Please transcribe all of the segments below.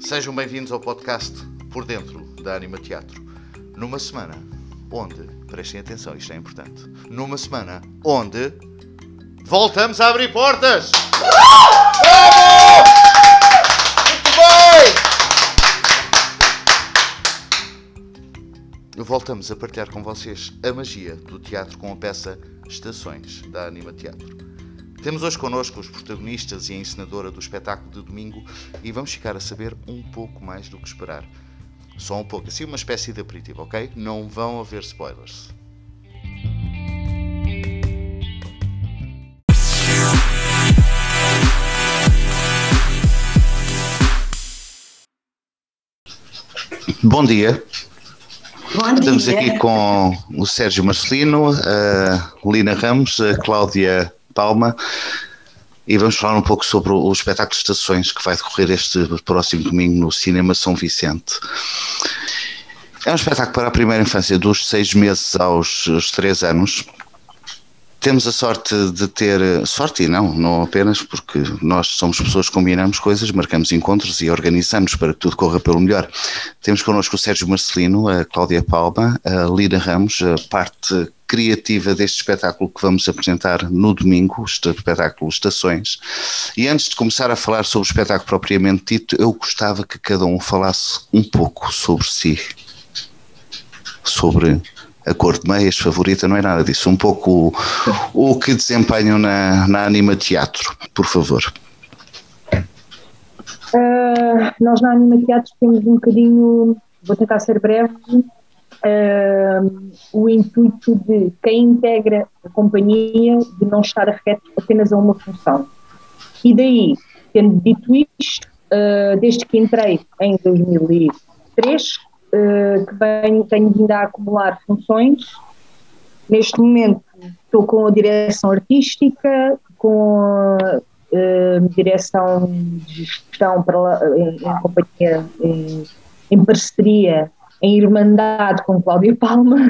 Sejam bem-vindos ao podcast Por Dentro da Anima Teatro. Numa semana onde, prestem atenção, isto é importante, numa semana onde voltamos a abrir portas! Muito bem! Voltamos a partilhar com vocês a magia do teatro com a peça Estações da Anima Teatro. Temos hoje connosco os protagonistas e a encenadora do espetáculo de domingo e vamos ficar a saber um pouco mais do que esperar. Só um pouco, assim uma espécie de aperitivo, ok? Não vão haver spoilers. Bom dia. Bom dia. Estamos aqui com o Sérgio Marcelino, a Lina Ramos, a Cláudia Palma e vamos falar um pouco sobre o espetáculo de Estações que vai decorrer este próximo domingo no Cinema São Vicente. É um espetáculo para a primeira infância dos 6 meses aos 3 anos. Temos a sorte de ter, sorte e não apenas, porque nós somos pessoas que combinamos coisas, marcamos encontros e organizamos para que tudo corra pelo melhor. Temos connosco o Sérgio Marcelino, a Cláudia Palma, a Lina Ramos, a parte criativa deste espetáculo que vamos apresentar no domingo, o espetáculo Estações. E antes de começar a falar sobre o espetáculo propriamente dito, eu gostava que cada um falasse um pouco sobre si, sobre a cor de meias favorita, não é nada disso. Um pouco o que desempenham na Anima Teatro, por favor. Nós na Anima Teatro temos um bocadinho, vou tentar ser breve, o intuito de quem integra a companhia de não estar afeto apenas a uma função. E daí, tendo dito isto, desde que entrei em 2003, que tenho vindo a acumular funções. Neste momento estou com a direção artística, com a direção de gestão em companhia, em parceria, em irmandade com Cláudia Palma,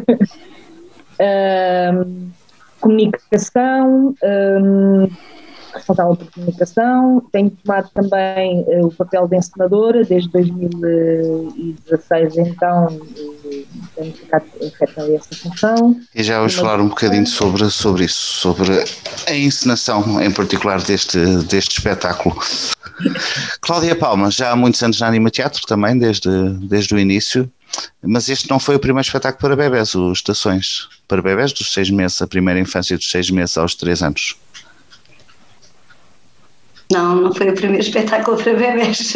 comunicação, responsável por comunicação. Tenho tomado também o papel de encenadora desde 2016, então tenho ficado afeta a essa função. E já vamos falar um bocadinho sobre isso, sobre a encenação em particular deste espetáculo. Cláudia Palma, já há muitos anos na Anima Teatro também, desde o início, mas este não foi o primeiro espetáculo para bebés, o Estações, para bebés dos 6 meses, a primeira infância dos 6 meses aos 3 anos. Não foi o primeiro espetáculo para bebés.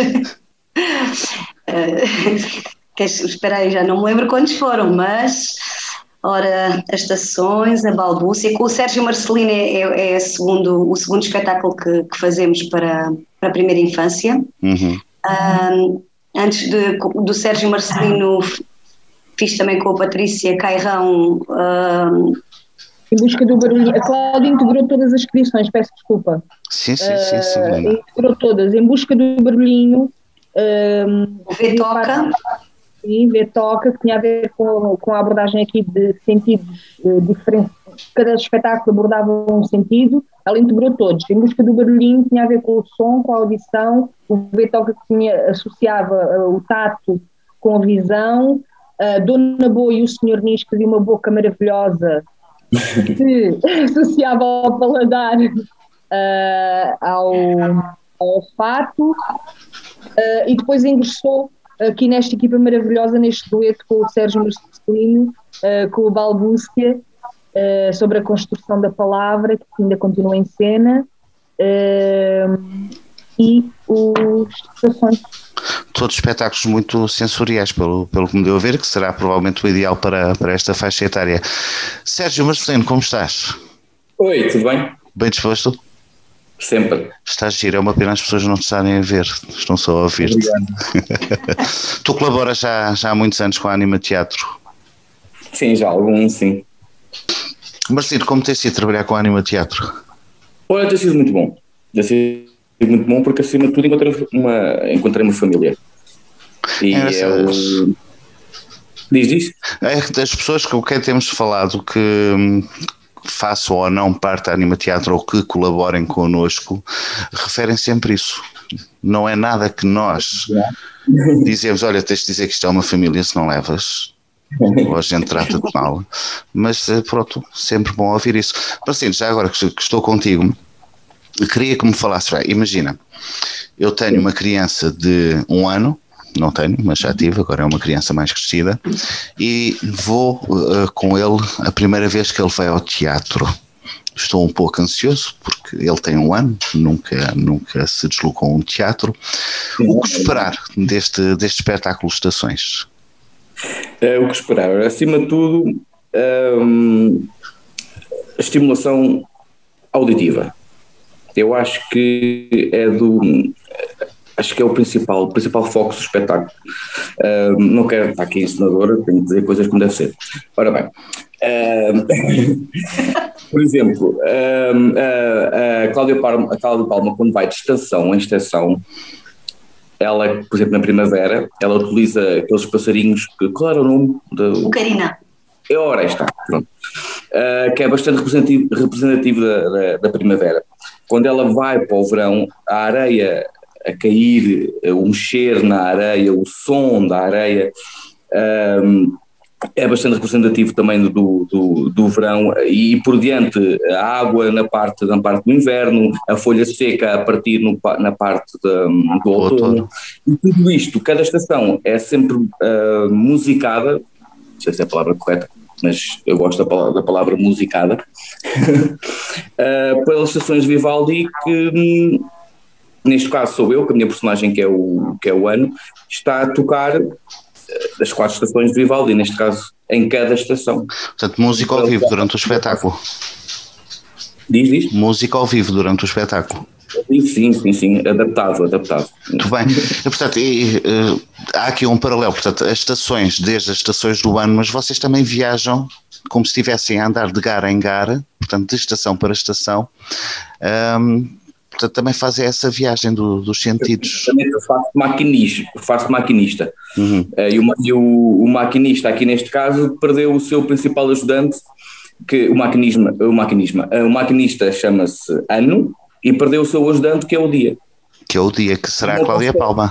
Espera aí, já não me lembro quantos foram, mas ora, as Estações, a Balbúcia, com o Sérgio Marcelino é o segundo espetáculo que fazemos para a primeira infância. Uhum. Antes do Sérgio Marcelino fiz também com a Patrícia Cairrão. Em busca do barulhinho. A Cláudia integrou todas as criações, peço desculpa. Sim. Integrou todas. Em busca do barulhinho. V-Toca. Sim, V-Toca, que tinha a ver com a abordagem aqui de sentidos diferentes. Cada espetáculo abordava um sentido, ela integrou todos. Em busca do barulhinho tinha a ver com o som, com a audição. O V-Toca que associava o tato com a visão. A Dona Boa e o Senhor Nis, que fazia uma boca maravilhosa, que associava ao paladar, ao olfato, e depois ingressou aqui nesta equipa maravilhosa, neste dueto com o Sérgio Marcelino, com o Balbúcia, sobre a construção da palavra, que ainda continua em cena, e os Estações. Todos espetáculos muito sensoriais, pelo que me deu a ver, que será provavelmente o ideal para esta faixa etária. Sérgio Marcelino, como estás? Oi, tudo bem? Bem disposto? Sempre. Estás giro, é uma pena as pessoas não te estarem a ver, estão só a ouvir-te. Tu colaboras já há muitos anos com a Anima Teatro? Sim, já alguns, sim. Marcelino, como tem sido trabalhar com a Anima Teatro? Olha, tem sido muito bom. Tem sido muito bom porque, acima de tudo, encontrei uma família. E Diz? É das pessoas com quem temos falado que façam ou não parte da Anima Teatro ou que colaborem connosco, referem sempre isso. Não é nada que nós dizemos, olha, tens de dizer que isto é uma família se não levas, ou a gente trata-te mal. Mas pronto, sempre bom ouvir isso. Assim, já agora que estou contigo, queria que me falasse, imagina, eu tenho uma criança de 1 ano, não tenho, mas já tive, agora é uma criança mais crescida, e vou com ele a primeira vez que ele vai ao teatro. Estou um pouco ansioso, porque ele tem 1 ano, nunca se deslocou a um teatro. O que esperar deste espetáculo Estações? O que esperar? Acima de tudo, a estimulação auditiva. Eu acho que é o principal foco do espetáculo. Não quero estar aqui ensinadora, tenho que dizer coisas como deve ser. Ora bem, por exemplo, a Cláudia Palma, quando vai de estação em estação, ela, por exemplo, na primavera, ela utiliza aqueles passarinhos, qual era o nome? O Carina. Ora, está, pronto. Que é bastante representativo da primavera. Quando ela vai para o verão, a areia a cair, o mexer na areia, o som da areia, é bastante representativo também do verão, e por diante a água na parte do inverno, a folha seca a partir na parte do outono, e tudo isto, cada estação é sempre musicada, não sei se é a palavra correta, mas eu gosto da palavra musicada, pelas estações de Vivaldi, que neste caso sou eu, que a minha personagem que é o Ano, está a tocar as 4 estações de Vivaldi, neste caso em cada estação. Portanto, música ao vivo durante o espetáculo. Diz? Música ao vivo durante o espetáculo. Sim, adaptado. Muito bem. Portanto, há aqui um paralelo, portanto, as estações, desde as estações do Ano, mas vocês também viajam como se estivessem a andar de gara em gara, portanto, de estação para estação. Portanto, também fazem essa viagem dos sentidos. Também eu faço maquinista. Uhum. E o maquinista, aqui neste caso, perdeu o seu principal ajudante, que o maquinista chama-se Ano, e perdeu o seu ajudante, que é o Dia. Que é o Dia, que será a Cláudia Palma.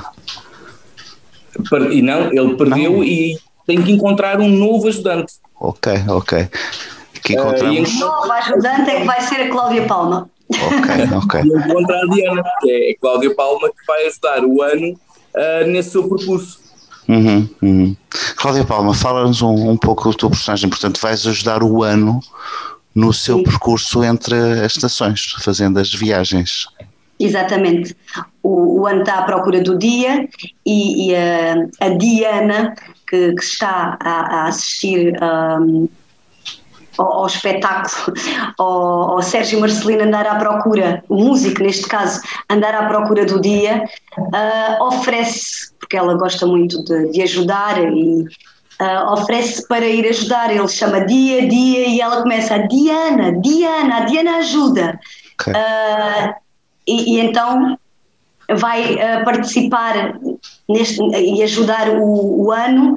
E não, ele perdeu e tem que encontrar um novo ajudante. Ok. Que encontramos... O novo ajudante é que vai ser a Cláudia Palma. Ok. E encontrar a Diana, que é a Cláudia Palma, que vai ajudar o Ano nesse seu percurso. Cláudia Palma, fala-nos um pouco do teu personagem. Portanto, vais ajudar o Ano no seu percurso entre as estações, fazendo as viagens. Exatamente. O Ano está à procura do Dia, e a Diana, que está a assistir ao espetáculo, ao Sérgio Marcelino andar à procura, o músico neste caso, andar à procura do Dia, oferece, porque ela gosta muito de ajudar, e oferece para ir ajudar. Ele chama Dia, e ela começa a Diana ajuda. Okay. E então vai participar e ajudar o Ano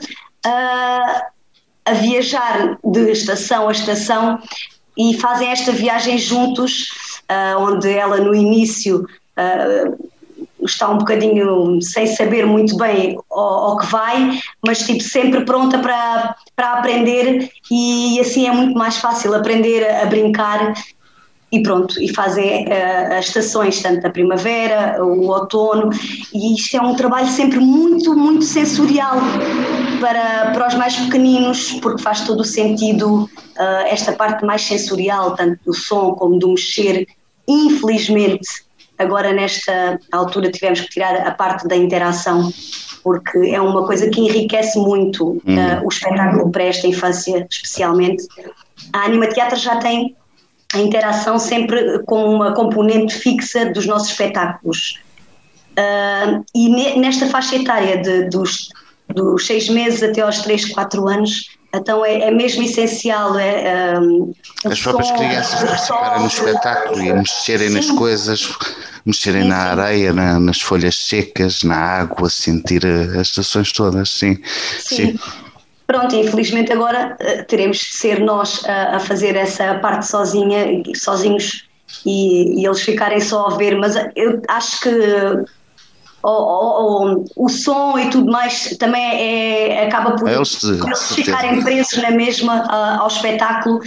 a viajar de estação a estação, e fazem esta viagem juntos, onde ela no início está um bocadinho sem saber muito bem ao que vai, mas tipo sempre pronta para aprender, e assim é muito mais fácil aprender a brincar. E pronto, e fazem as estações, tanto a primavera, o outono, e isto é um trabalho sempre muito, muito sensorial para os mais pequeninos, porque faz todo o sentido esta parte mais sensorial, tanto do som como do mexer. Infelizmente, agora nesta altura tivemos que tirar a parte da interação, porque é uma coisa que enriquece muito o espetáculo para esta infância, especialmente. A Anima Teatro já tem a interação sempre como uma componente fixa dos nossos espetáculos. E nesta faixa etária dos 6 meses até aos 3, 4 anos, então é mesmo essencial. As próprias crianças participarem no espetáculo e mexerem nas coisas, mexerem na areia, nas folhas secas, na água, sentir as estações todas, sim. Pronto, infelizmente agora teremos de ser nós a fazer essa parte sozinhos, e eles ficarem só a ver, mas eu acho que o som e tudo mais também acaba por eles ficarem presos na mesma ao espetáculo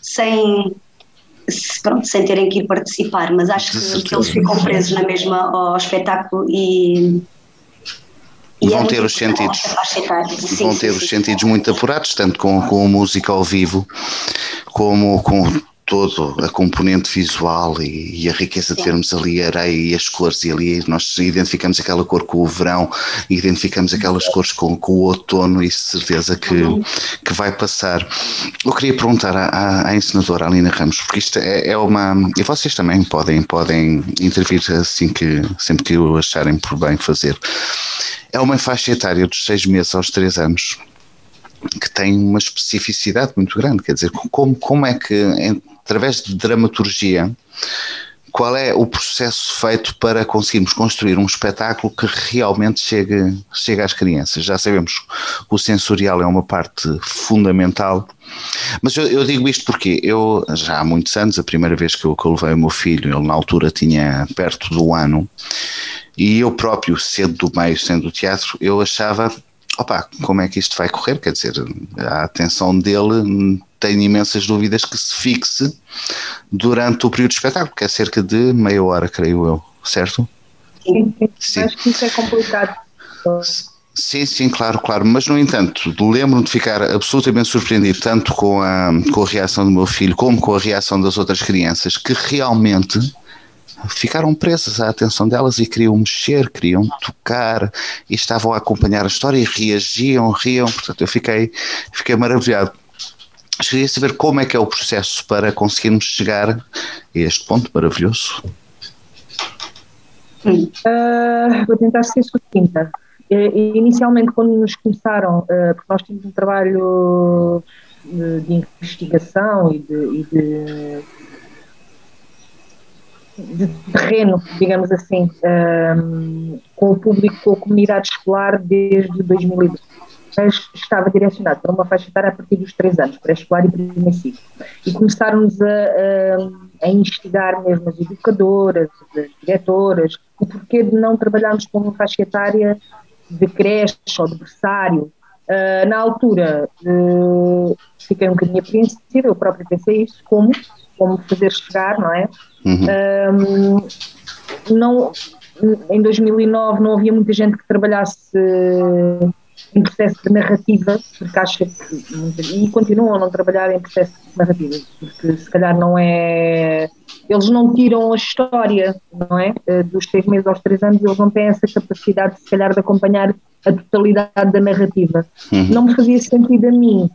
sem terem que ir participar, mas acho que eles ficam presos na mesma ao espetáculo e vão ter os sentidos, os sentidos muito apurados, tanto com a música ao vivo, como com toda a componente visual e a riqueza de termos ali a areia e as cores, e ali nós identificamos aquela cor com o verão, identificamos aquelas cores com o outono, e certeza que vai passar. Eu queria perguntar à encenadora Alina Ramos, porque isto é uma, e vocês também podem intervir sempre que o acharem por bem fazer. É uma faixa etária dos 6 meses aos 3 anos que tem uma especificidade muito grande, quer dizer, como é que, através de dramaturgia, qual é o processo feito para conseguirmos construir um espetáculo que realmente chegue às crianças? Já sabemos que o sensorial é uma parte fundamental, mas eu digo isto porque eu, já há muitos anos, a primeira vez que eu levei o meu filho, ele na altura tinha perto do ano, e eu próprio, cedo do meio, sendo do teatro, eu achava, como é que isto vai correr? Quer dizer, a atenção dele, tenho imensas dúvidas que se fixe durante o período de espetáculo, que é cerca de meia hora, creio eu, certo? Sim. Acho que isso é complicado. Sim, claro, mas no entanto, lembro-me de ficar absolutamente surpreendido tanto com a reação do meu filho como com a reação das outras crianças, que realmente ficaram presas à atenção delas e queriam mexer, queriam tocar e estavam a acompanhar a história e riam, portanto eu fiquei maravilhado. Queria saber como é que é o processo para conseguirmos chegar a este ponto maravilhoso. Vou tentar ser sucinta. Inicialmente, quando nos começaram, porque nós tínhamos um trabalho de investigação e de terreno, digamos assim, com o público, com a comunidade escolar desde 2012. Mas estava direcionado para uma faixa etária a partir dos 3 anos, pré-escolar e primeiro ciclo. E começaram-nos a instigar mesmo as educadoras, as diretoras, o porquê de não trabalharmos com uma faixa etária de creche ou de berçário. Na altura, fiquei um bocadinho apreensiva, eu próprio pensei isso, como fazer chegar, não é? Em 2009 não havia muita gente que trabalhasse em processo de narrativa, porque acha que, e continuam a não trabalhar em processo de narrativa, porque se calhar não é, eles não tiram a história, não é? Dos 6 meses aos 3 anos, eles não têm essa capacidade, se calhar, de acompanhar a totalidade da narrativa. Não me fazia sentido a mim,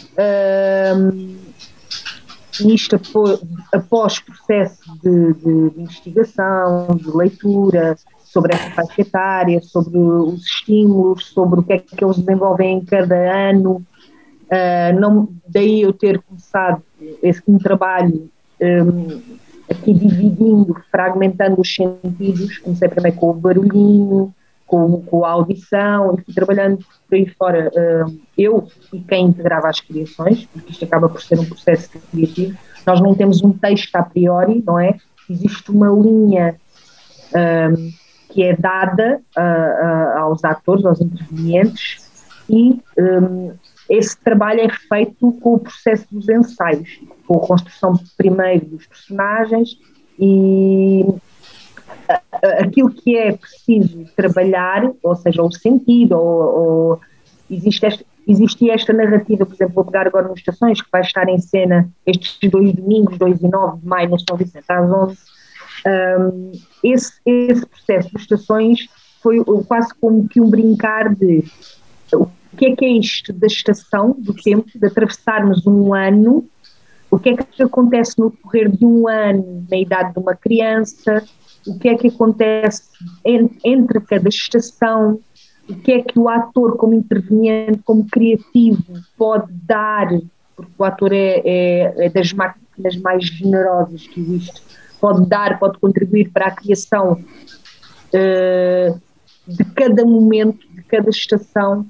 isto após processo de investigação, de leitura, sobre essa faixa etária, sobre os estímulos, sobre o que é que eles desenvolvem em cada ano. Daí eu ter começado um trabalho aqui dividindo, fragmentando os sentidos. Comecei primeiro com o barulhinho, com a audição, e fui trabalhando por aí fora, eu e quem integrava as criações, porque isto acaba por ser um processo criativo. Nós não temos um texto a priori, não é? Existe uma linha que é dada aos atores, aos intervenientes, e esse trabalho é feito com o processo dos ensaios, com a construção primeiro dos personagens e aquilo que é preciso trabalhar, ou seja, o sentido, ou existia esta narrativa, por exemplo, vou pegar agora nos Estações, que vai estar em cena estes 2 domingos, 2 e 9 de maio, no São Vicente, às 11. Esse processo de Estações foi quase como que um brincar de o que é isto da estação, do tempo, de atravessarmos um ano, o que é que acontece no decorrer de um ano na idade de uma criança, o que é que acontece entre cada estação, o que é que o ator como interveniente, como criativo pode dar, porque o ator é das máquinas mais generosas que existe, pode contribuir para a criação de cada momento, de cada estação.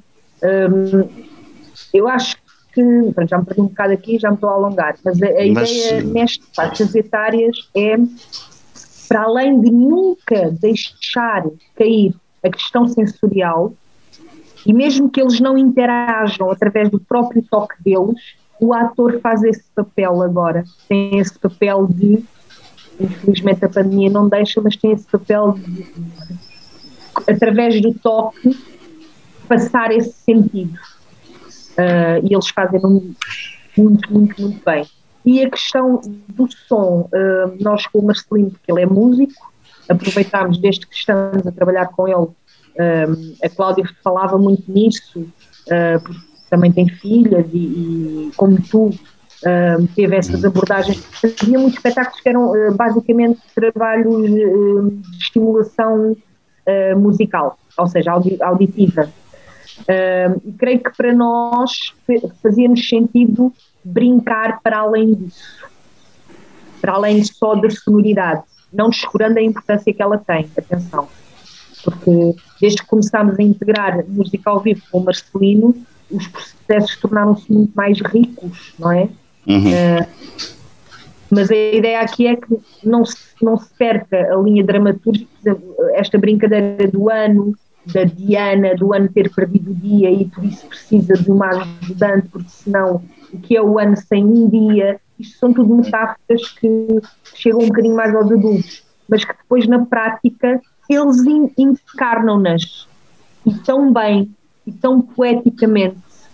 Eu acho que, já me perdi um bocado aqui, já me estou a alongar, mas a ideia nestas faixas etárias é, para além de nunca deixar cair a questão sensorial, e mesmo que eles não interajam através do próprio toque deles, o ator faz esse papel agora, tem esse papel de, infelizmente a pandemia não deixa, mas tem esse papel de através do toque, passar esse sentido. E eles fazem muito, muito, muito bem. E a questão do som, nós com o Marcelino, porque ele é músico, aproveitámos desde que estamos a trabalhar com ele, a Cláudia falava muito nisso, porque também tem filhas e como tu, teve essas abordagens. Havia muitos espetáculos que eram basicamente trabalhos de estimulação musical, ou seja, auditiva. E creio que para nós fazia-nos sentido brincar para além disso, para além só da sonoridade, não descurando a importância que ela tem, atenção, porque desde que começámos a integrar música ao vivo com o Marcelino, os processos tornaram-se muito mais ricos, não é? Mas a ideia aqui é que não se perca a linha dramatúrgica, por exemplo, esta brincadeira do ano, da Diana, do ano ter perdido o dia e por isso precisa de uma ajudante, porque senão o que é o ano sem um dia, isto são tudo metáforas que chegam um bocadinho mais aos adultos, mas que depois na prática eles encarnam-nas e tão bem e tão poeticamente,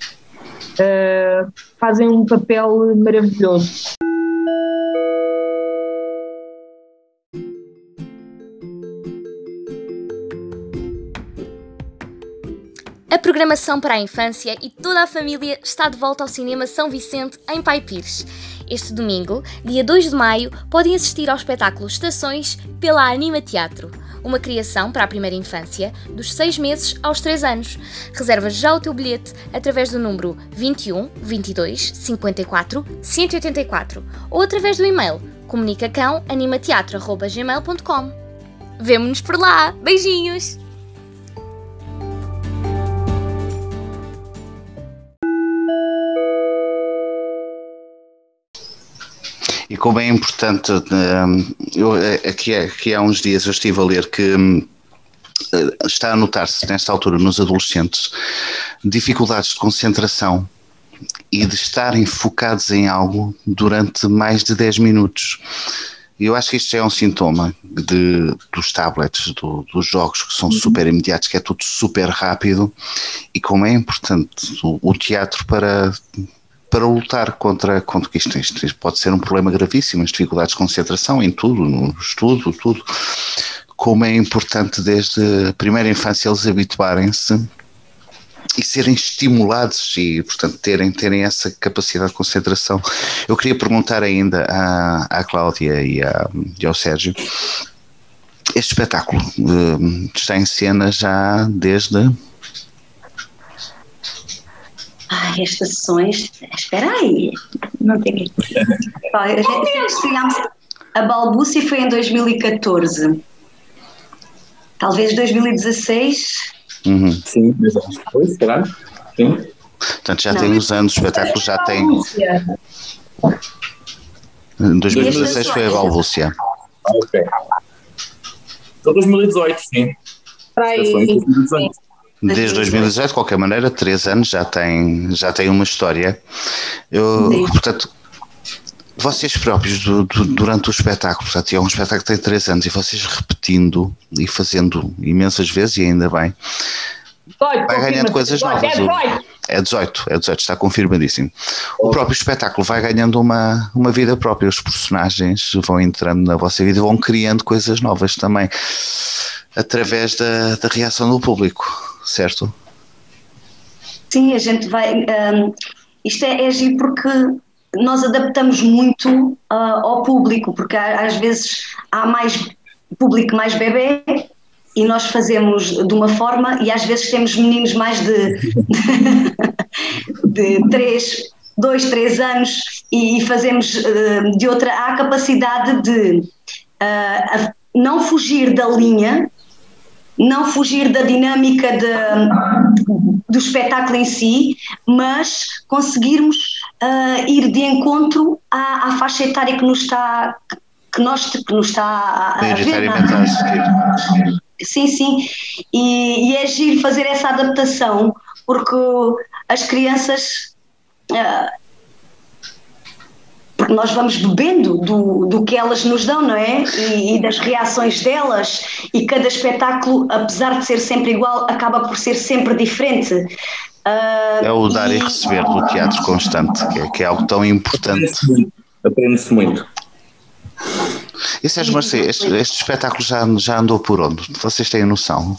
fazem um papel maravilhoso. A programação para a infância e toda a família está de volta ao Cinema São Vicente, em Pai Pires. Este domingo, dia 2 de maio, podem assistir ao espetáculo Estações pela Anima Teatro, uma criação para a primeira infância, dos 6 meses aos 3 anos. Reserva já o teu bilhete através do número 21 22 54 184 ou através do e-mail comunicacão@animateatro.gmail.com. Vemo-nos por lá! Beijinhos! E como é importante, aqui há uns dias eu estive a ler que está a notar-se nesta altura nos adolescentes dificuldades de concentração e de estarem focados em algo durante mais de 10 minutos. E eu acho que isto já é um sintoma dos tablets, dos jogos que são super imediatos, que é tudo super rápido, e como é importante o teatro para lutar contra que isto pode ser um problema gravíssimo, as dificuldades de concentração em tudo, no estudo, tudo. Como é importante desde a primeira infância eles habituarem-se e serem estimulados e, portanto, terem essa capacidade de concentração. Eu queria perguntar ainda à Cláudia e ao Sérgio, este espetáculo está em cena já desde... Estas sessões, espera aí, não tenho aqui. A gente chegámos a balbúcia foi em 2014, talvez 2016. Sim, 2 anos depois, se calhar. Sim. Portanto, já tem uns anos, o espetáculo já tem. Em 2016 foi a balbúcia. Ok. Então 2018, sim. Para aí. Desde 2018, de qualquer maneira, 3 anos já tem uma história. Portanto, vocês próprios, durante o espetáculo, portanto, é um espetáculo que tem 3 anos, e vocês repetindo e fazendo imensas vezes, e ainda bem, vai ganhando coisas novas. É 18, está confirmadíssimo. O próprio espetáculo vai ganhando uma vida própria, os personagens vão entrando na vossa vida e vão criando coisas novas também, através da reação do público. Certo? Sim, a gente vai... isto é giro porque nós adaptamos muito ao público, porque às vezes há mais público mais bebê e nós fazemos de uma forma, e às vezes temos meninos mais de 2, 3 anos e fazemos de outra. Há a capacidade de não fugir da linha, não fugir da dinâmica do espetáculo em si, mas conseguirmos ir de encontro à faixa etária que nos está a ver. Sim, sim, e é giro fazer essa adaptação, porque as crianças, porque nós vamos bebendo do que elas nos dão, não é? E das reações delas, e cada espetáculo, apesar de ser sempre igual, acaba por ser sempre diferente. É o dar e receber do teatro constante, que é algo tão importante. Aprende-se muito. E Sérgio Marcê, este espetáculo já andou por onde? Vocês têm noção?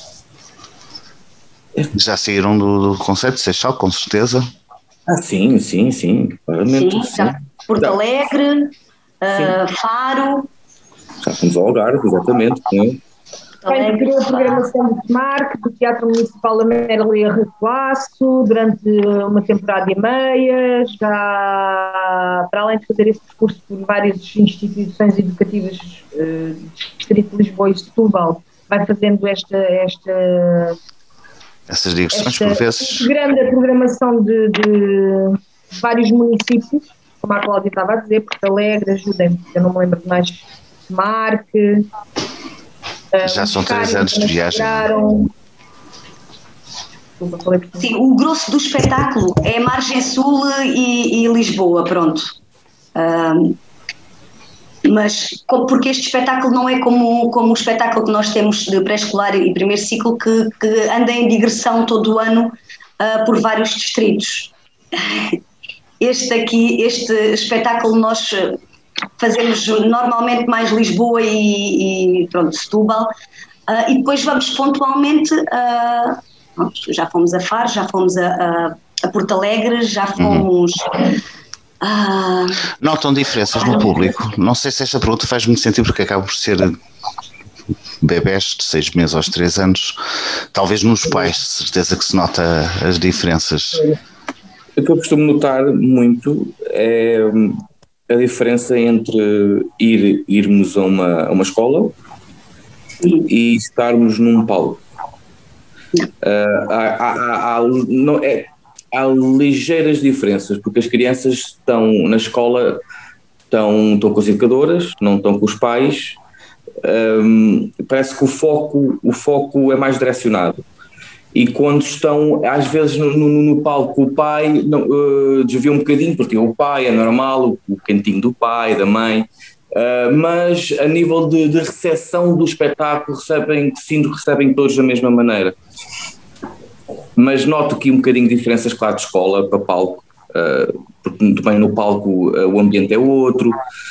Já saíram do conceito de Seixal, com certeza? Sim, claramente. Sim, já. Porto Alegre, Faro. Já fomos ao Algarve, exatamente. Vai criou a programação do SMARC, do Teatro Municipal Amélia Recuaço, durante uma temporada e meia, já para além de fazer esse percurso por várias instituições educativas do Distrito de Lisboa e Setúbal, vai fazendo essas digressões por vezes. Grande a programação de vários municípios, como a Cláudia estava a dizer, Porto Alegre, ajudem-me, eu não me lembro de mais, SMARC. Já são 3 anos de viagem. Sim, o grosso do espetáculo é Margem Sul e Lisboa, pronto. Mas porque este espetáculo não é como o espetáculo que nós temos de pré-escolar e primeiro ciclo, que anda em digressão todo o ano por vários distritos. Este espetáculo nós fazemos normalmente mais Lisboa e pronto, Setúbal, e depois vamos pontualmente, já fomos a Faro, já fomos a Porto Alegre, já fomos... Notam diferenças no público? Não sei se esta pergunta faz muito sentido, porque acaba por ser bebés de 6 meses aos 3 anos, talvez nos pais, de certeza que se nota as diferenças. O que eu costumo notar muito é a diferença entre irmos a uma escola e estarmos num palco. Há ligeiras diferenças, porque as crianças estão na escola, estão com as educadoras, não estão com os pais. Parece que o foco é mais direcionado. E quando estão, às vezes, no palco, o pai desvia um bocadinho, porque o pai é normal, o cantinho do pai, da mãe, mas a nível de recepção do espetáculo, recebem todos da mesma maneira. Mas noto aqui um bocadinho de diferenças, claro, de escola para palco, porque também no palco o ambiente é outro.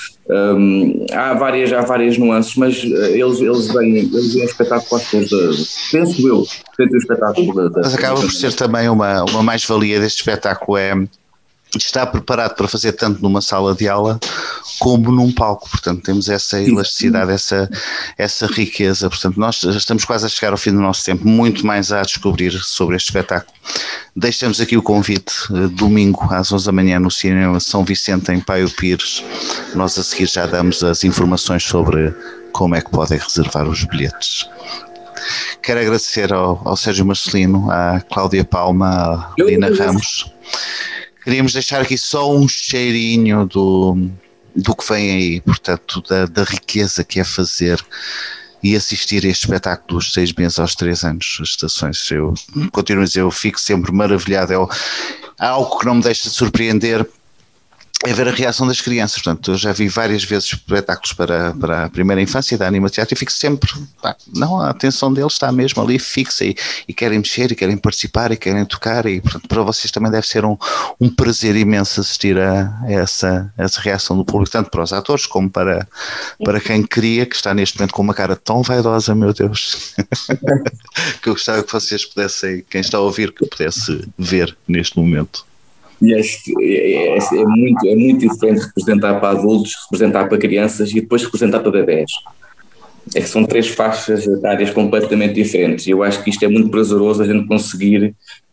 Há várias nuances, mas eles vêm ao espetáculo penso eu, o espetáculo mas acaba por ser também uma mais-valia deste espetáculo, é estar preparado para fazer tanto numa sala de aula como num palco, portanto temos essa elasticidade, essa riqueza, portanto nós já estamos quase a chegar ao fim do nosso tempo, muito mais a descobrir sobre este espetáculo. Deixamos aqui o convite, domingo às 11 da manhã no Cinema São Vicente em Paio Pires. Nós a seguir já damos as informações sobre como é que podem reservar os bilhetes. Quero agradecer ao Sérgio Marcelino, à Cláudia Palma, à Lina Ramos. Queríamos deixar aqui só um cheirinho do que vem aí, portanto, da riqueza que é fazer e assistir a este espetáculo dos 6 meses aos 3 anos, as estações. Eu continuo a dizer, eu fico sempre maravilhado, há algo que não me deixa de surpreender, é ver a reação das crianças. Portanto, eu já vi várias vezes espetáculos para a primeira infância da Anima Teatro e fico sempre, a atenção deles está mesmo ali fixa e querem mexer e querem participar e querem tocar, e portanto para vocês também deve ser um prazer imenso assistir a essa reação do público, tanto para os atores como para quem cria, que está neste momento com uma cara tão vaidosa, meu Deus, que eu gostava que vocês pudessem, quem está a ouvir, que pudesse ver neste momento. E acho que é muito diferente representar para adultos, representar para crianças e depois representar para bebés. É que são 3 faixas etárias completamente diferentes, e eu acho que isto é muito prazeroso, a gente conseguir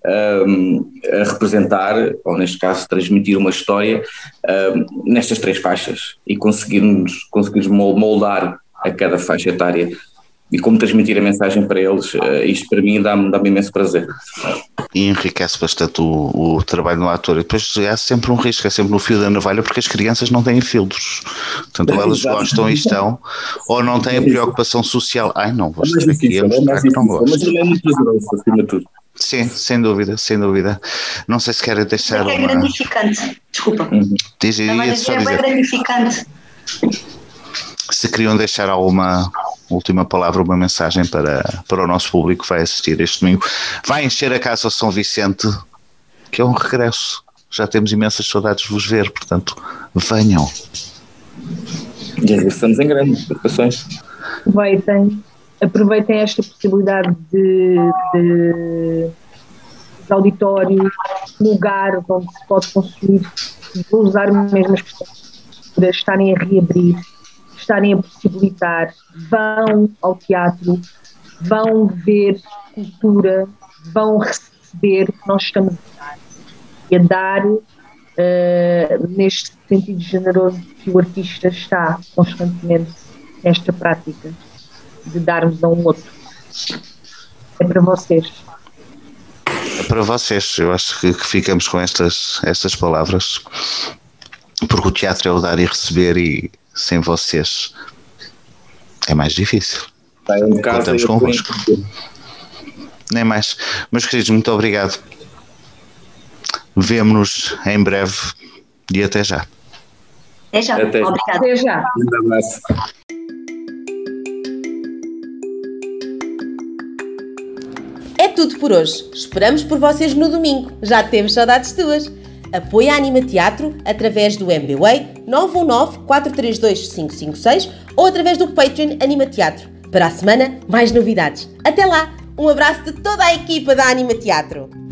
representar, ou neste caso transmitir uma história nestas 3 faixas e conseguirmos moldar a cada faixa etária e como transmitir a mensagem para eles. Isto para mim dá-me imenso prazer. e enriquece bastante o trabalho do ator. E depois há sempre um risco, é sempre no fio da navalha, porque as crianças não têm filtros. Portanto, elas gostam e estão, ou não têm a preocupação social. Ai, não, vou estar aqui a mostrar que não gosto. Mas também é muito prazeroso, acima de tudo. Sim, sem dúvida, sem dúvida. Não sei se querem deixar É gratificante, desculpa. Diz, É gratificante. Se queriam deixar alguma última palavra, uma mensagem para o nosso público que vai assistir este domingo. Vai encher a Casa São Vicente, que é um regresso. Já temos imensas saudades de vos ver, portanto, venham. E estamos em grande, participações. Aproveitem esta possibilidade de auditórios, lugares onde se pode consumir, vou usar mesmo as pessoas para estarem a reabrir, estarem a possibilitar, vão ao teatro, vão ver cultura, vão receber o que nós estamos a dar neste sentido generoso que o artista está constantemente nesta prática de darmos a um outro. É para vocês. É para vocês, eu acho que ficamos com estas palavras, porque o teatro é o dar e receber, e sem vocês é mais difícil. Contamos convosco. Nem mais. Meus queridos, muito obrigado. Vemo-nos em breve e até já. Até já. Obrigada. Até já. Um abraço. É tudo por hoje. Esperamos por vocês no domingo. Já temos saudades tuas. Apoia a Anima Teatro através do MBWay 919 432 556 ou através do Patreon Anima Teatro. Para a semana, mais novidades. Até lá! Um abraço de toda a equipa da Anima Teatro.